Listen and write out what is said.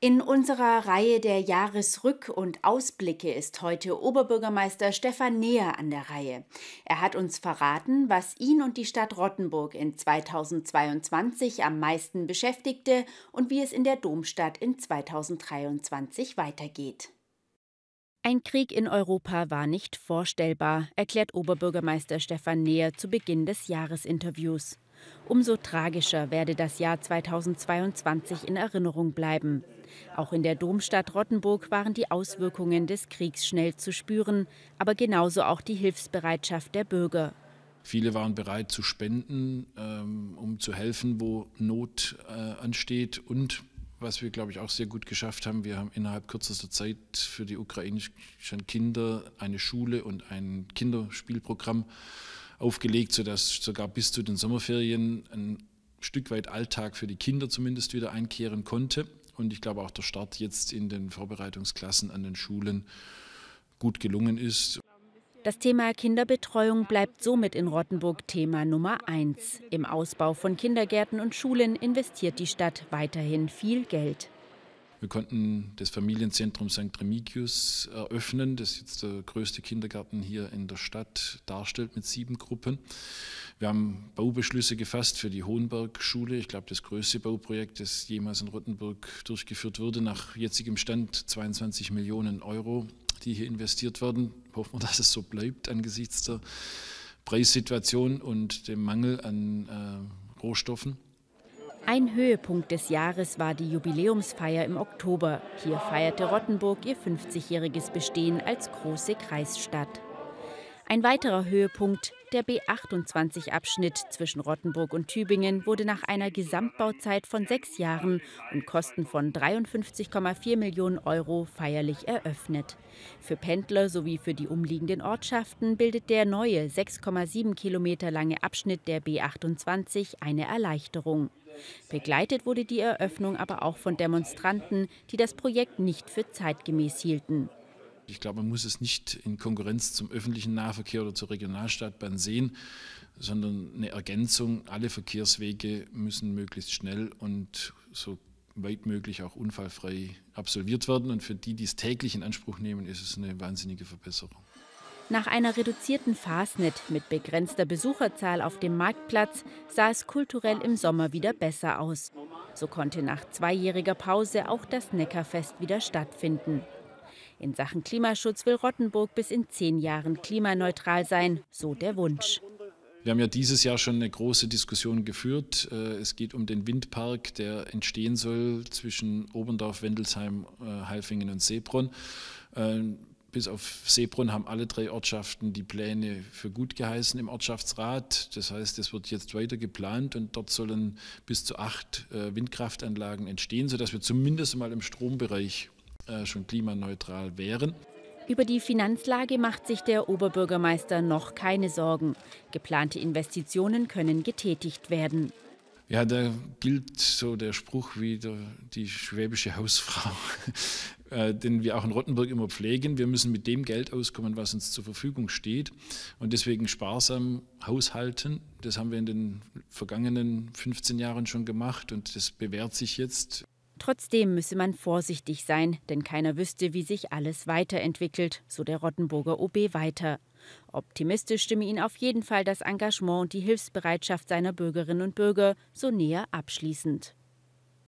In unserer Reihe der Jahresrück- und Ausblicke ist heute Oberbürgermeister Stefan Neher an der Reihe. Er hat uns verraten, was ihn und die Stadt Rottenburg in 2022 am meisten beschäftigte und wie es in der Domstadt in 2023 weitergeht. Ein Krieg in Europa war nicht vorstellbar, erklärt Oberbürgermeister Stefan Neher zu Beginn des Jahresinterviews. Umso tragischer werde das Jahr 2022 in Erinnerung bleiben. Auch in der Domstadt Rottenburg waren die Auswirkungen des Kriegs schnell zu spüren, aber genauso auch die Hilfsbereitschaft der Bürger. Viele waren bereit zu spenden, um zu helfen, wo Not ansteht. Und was wir, glaube ich, auch sehr gut geschafft haben, wir haben innerhalb kürzester Zeit für die ukrainischen Kinder eine Schule und ein Kinderspielprogramm aufgelegt, sodass sogar bis zu den Sommerferien ein Stück weit Alltag für die Kinder zumindest wieder einkehren konnte. Und ich glaube auch der Start jetzt in den Vorbereitungsklassen an den Schulen gut gelungen ist. Das Thema Kinderbetreuung bleibt somit in Rottenburg Thema Nummer 1. Im Ausbau von Kindergärten und Schulen investiert die Stadt weiterhin viel Geld. Wir konnten das Familienzentrum St. Remigius eröffnen, das jetzt der größte Kindergarten hier in der Stadt darstellt mit 7 Gruppen. Wir haben Baubeschlüsse gefasst für die Hohenberg-Schule. Ich glaube, das größte Bauprojekt, das jemals in Rottenburg durchgeführt wurde. Nach jetzigem Stand 22 Millionen Euro, die hier investiert werden. Hoffen wir, dass es so bleibt angesichts der Preissituation und dem Mangel an Rohstoffen. Ein Höhepunkt des Jahres war die Jubiläumsfeier im Oktober. Hier feierte Rottenburg ihr 50-jähriges Bestehen als große Kreisstadt. Ein weiterer Höhepunkt, der B28-Abschnitt zwischen Rottenburg und Tübingen, wurde nach einer Gesamtbauzeit von 6 Jahren und Kosten von 53,4 Millionen Euro feierlich eröffnet. Für Pendler sowie für die umliegenden Ortschaften bildet der neue 6,7 Kilometer lange Abschnitt der B28 eine Erleichterung. Begleitet wurde die Eröffnung aber auch von Demonstranten, die das Projekt nicht für zeitgemäß hielten. Ich glaube, man muss es nicht in Konkurrenz zum öffentlichen Nahverkehr oder zur Regionalstadtbahn sehen, sondern eine Ergänzung. Alle Verkehrswege müssen möglichst schnell und so weit möglich auch unfallfrei absolviert werden. Und für die, die es täglich in Anspruch nehmen, ist es eine wahnsinnige Verbesserung. Nach einer reduzierten Fasnet mit begrenzter Besucherzahl auf dem Marktplatz sah es kulturell im Sommer wieder besser aus. So konnte nach 2-jähriger Pause auch das Neckarfest wieder stattfinden. In Sachen Klimaschutz will Rottenburg bis in 10 Jahren klimaneutral sein, so der Wunsch. Wir haben ja dieses Jahr schon eine große Diskussion geführt. Es geht um den Windpark, der entstehen soll zwischen Oberndorf, Wendelsheim, Halfingen und Seebronn. Bis auf Seebronn haben alle 3 Ortschaften die Pläne für gut geheißen im Ortschaftsrat. Das heißt, es wird jetzt weiter geplant und dort sollen bis zu 8 Windkraftanlagen entstehen, sodass wir zumindest mal im Strombereich schon klimaneutral wären. Über die Finanzlage macht sich der Oberbürgermeister noch keine Sorgen. Geplante Investitionen können getätigt werden. Ja, da gilt so der Spruch wie die schwäbische Hausfrau, den wir auch in Rottenburg immer pflegen. Wir müssen mit dem Geld auskommen, was uns zur Verfügung steht und deswegen sparsam haushalten. Das haben wir in den vergangenen 15 Jahren schon gemacht und das bewährt sich jetzt. Trotzdem müsse man vorsichtig sein, denn keiner wüsste, wie sich alles weiterentwickelt, so der Rottenburger OB weiter. Optimistisch stimme ihn auf jeden Fall das Engagement und die Hilfsbereitschaft seiner Bürgerinnen und Bürger, so Neher abschließend.